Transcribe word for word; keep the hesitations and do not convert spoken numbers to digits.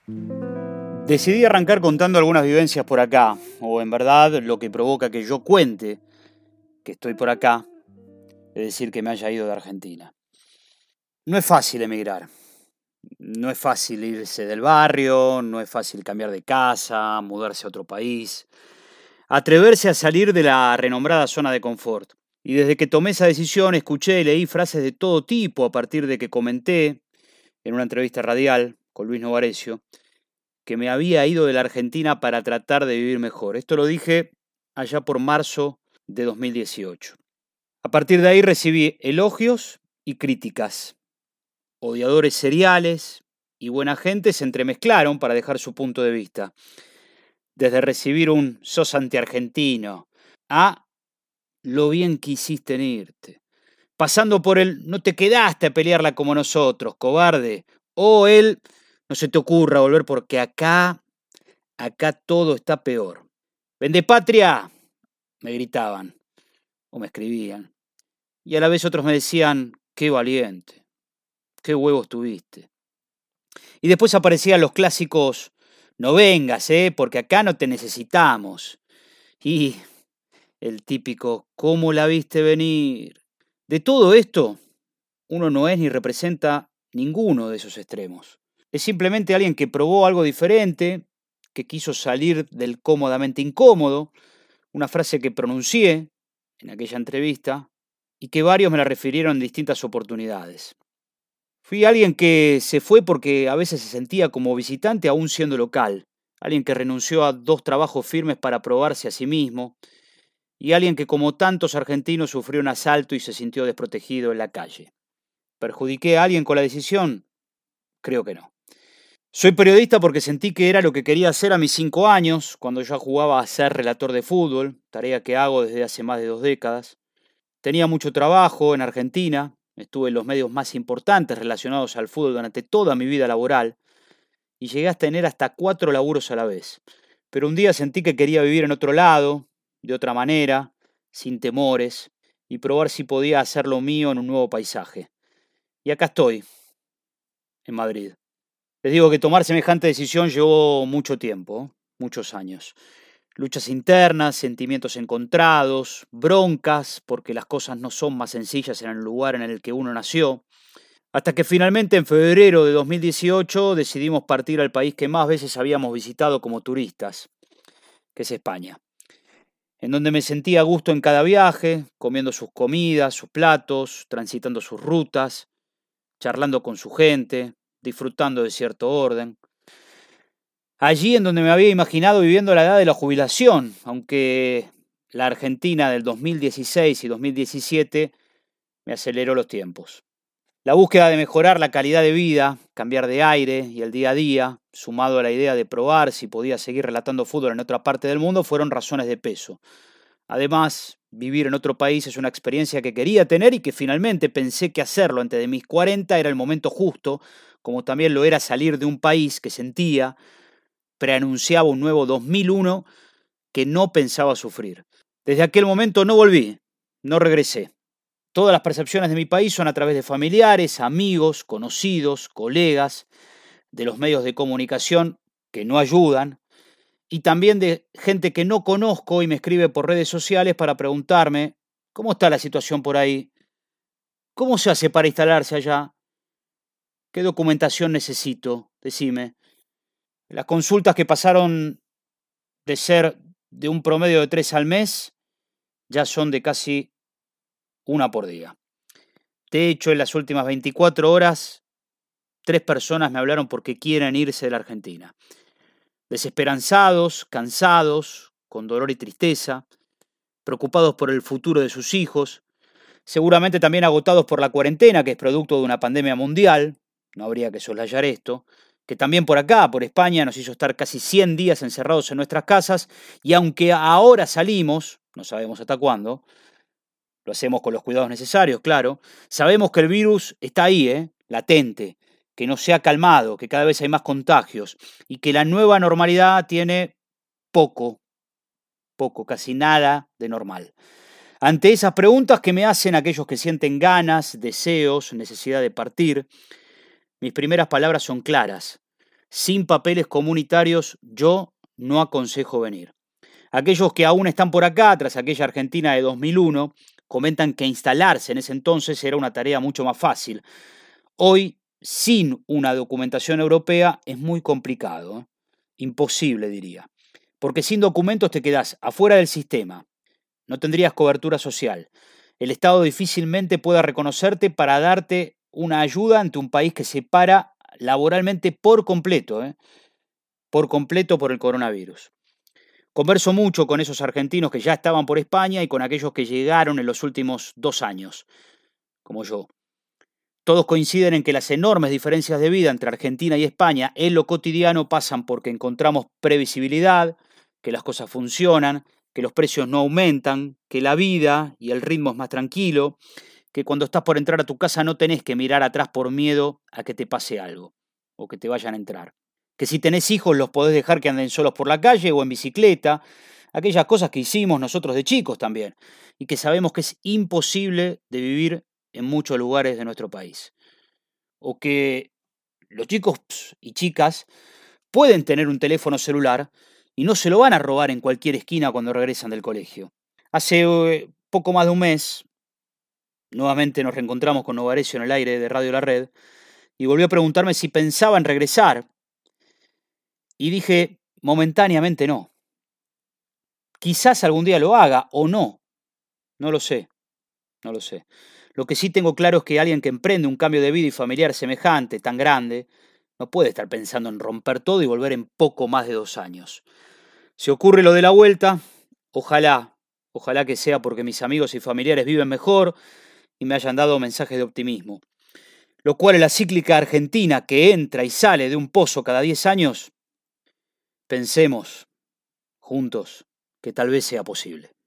Decidí arrancar contando algunas vivencias por acá, o en verdad lo que provoca que yo cuente que estoy por acá, es decir, que me haya ido de Argentina. No es fácil emigrar, no es fácil irse del barrio, no es fácil cambiar de casa, mudarse a otro país, atreverse a salir de la renombrada zona de confort. Y desde que tomé esa decisión escuché y leí frases de todo tipo a partir de que comenté en una entrevista radial con Luis Novarecio que me había ido de la Argentina para tratar de vivir mejor. Esto lo dije allá por marzo de dos mil dieciocho. A partir de ahí recibí elogios y críticas. Odiadores seriales y buena gente se entremezclaron para dejar su punto de vista. Desde recibir un "sos antiargentino" a "lo bien que hiciste en irte", pasando por el "no te quedaste a pelearla como nosotros, cobarde", o el "no se te ocurra volver porque acá, acá todo está peor". "Vende patria", me gritaban o me escribían. Y a la vez otros me decían: "qué valiente, qué huevos tuviste". Y después aparecían los clásicos: "no vengas, ¿eh? Porque acá no te necesitamos". Y el típico: "¿cómo la viste venir?". De todo esto, uno no es ni representa ninguno de esos extremos. Es simplemente alguien que probó algo diferente, que quiso salir del cómodamente incómodo, una frase que pronuncié en aquella entrevista y que varios me la refirieron en distintas oportunidades. Fui alguien que se fue porque a veces se sentía como visitante aún siendo local, alguien que renunció a dos trabajos firmes para probarse a sí mismo, y alguien que como tantos argentinos sufrió un asalto y se sintió desprotegido en la calle. ¿Perjudiqué a alguien con la decisión? Creo que no. Soy periodista porque sentí que era lo que quería hacer a mis cinco años, cuando ya jugaba a ser relator de fútbol, tarea que hago desde hace más de dos décadas. Tenía mucho trabajo en Argentina, estuve en los medios más importantes relacionados al fútbol durante toda mi vida laboral y llegué a tener hasta cuatro laburos a la vez. Pero un día sentí que quería vivir en otro lado, de otra manera, sin temores, y probar si podía hacer lo mío en un nuevo paisaje. Y acá estoy, en Madrid. Les digo que tomar semejante decisión llevó mucho tiempo, muchos años. Luchas internas, sentimientos encontrados, broncas, porque las cosas no son más sencillas en el lugar en el que uno nació. Hasta que finalmente en febrero de dos mil dieciocho decidimos partir al país que más veces habíamos visitado como turistas, que es España. En donde me sentía a gusto en cada viaje, comiendo sus comidas, sus platos, transitando sus rutas, charlando con su gente, disfrutando de cierto orden. Allí en donde me había imaginado viviendo la edad de la jubilación, aunque la Argentina del dos mil dieciséis y dos mil diecisiete me aceleró los tiempos. La búsqueda de mejorar la calidad de vida, cambiar de aire y el día a día, sumado a la idea de probar si podía seguir relatando fútbol en otra parte del mundo, fueron razones de peso. Además, vivir en otro país es una experiencia que quería tener y que finalmente pensé que hacerlo antes de mis cuarenta era el momento justo, como también lo era salir de un país que sentía, preanunciaba un nuevo dos mil uno que no pensaba sufrir. Desde aquel momento no volví, no regresé. Todas las percepciones de mi país son a través de familiares, amigos, conocidos, colegas, de los medios de comunicación que no ayudan, y también de gente que no conozco y me escribe por redes sociales para preguntarme cómo está la situación por ahí, cómo se hace para instalarse allá, qué documentación necesito, decime. Las consultas que pasaron de ser de un promedio de tres al mes ya son de casi una por día. De hecho, en las últimas veinticuatro horas, tres personas me hablaron porque quieren irse de la Argentina. Desesperanzados, cansados, con dolor y tristeza, preocupados por el futuro de sus hijos, seguramente también agotados por la cuarentena, que es producto de una pandemia mundial, no habría que soslayar esto, que también por acá, por España, nos hizo estar casi cien días encerrados en nuestras casas, y aunque ahora salimos, no sabemos hasta cuándo, lo hacemos con los cuidados necesarios, claro, sabemos que el virus está ahí, ¿eh? Latente, que no se ha calmado, que cada vez hay más contagios, y que la nueva normalidad tiene poco, poco, casi nada de normal. Ante esas preguntas que me hacen aquellos que sienten ganas, deseos, necesidad de partir, mis primeras palabras son claras. sin papeles comunitarios yo no aconsejo venir. Aquellos que aún están por acá, tras aquella Argentina de dos mil uno, comentan que instalarse en ese entonces era una tarea mucho más fácil. Hoy, sin una documentación europea, es muy complicado, ¿eh? Imposible, diría. Porque sin documentos te quedás afuera del sistema. No tendrías cobertura social. El Estado difícilmente pueda reconocerte para darte una ayuda ante un país que se para laboralmente por completo, ¿eh? Por completo por el coronavirus. Converso mucho con esos argentinos que ya estaban por España y con aquellos que llegaron en los últimos dos años, como yo. Todos coinciden en que las enormes diferencias de vida entre Argentina y España en lo cotidiano pasan porque encontramos previsibilidad, que las cosas funcionan, que los precios no aumentan, que la vida y el ritmo es más tranquilo, que cuando estás por entrar a tu casa no tenés que mirar atrás por miedo a que te pase algo o que te vayan a entrar. Que si tenés hijos los podés dejar que anden solos por la calle o en bicicleta, aquellas cosas que hicimos nosotros de chicos también, y que sabemos que es imposible de vivir en muchos lugares de nuestro país. O que los chicos y chicas pueden tener un teléfono celular y no se lo van a robar en cualquier esquina cuando regresan del colegio. Hace eh, poco más de un mes, nuevamente nos reencontramos con Novarecio en el aire de Radio La Red y volvió a preguntarme si pensaba en regresar. Y dije, momentáneamente no. Quizás algún día lo haga o no. No lo sé, no lo sé. Lo que sí tengo claro es que alguien que emprende un cambio de vida y familiar semejante, tan grande, no puede estar pensando en romper todo y volver en poco más de dos años. Si ocurre lo de la vuelta, ojalá, ojalá que sea porque mis amigos y familiares viven mejor y me hayan dado mensajes de optimismo. Lo cual en la cíclica argentina que entra y sale de un pozo cada diez años, pensemos juntos que tal vez sea posible.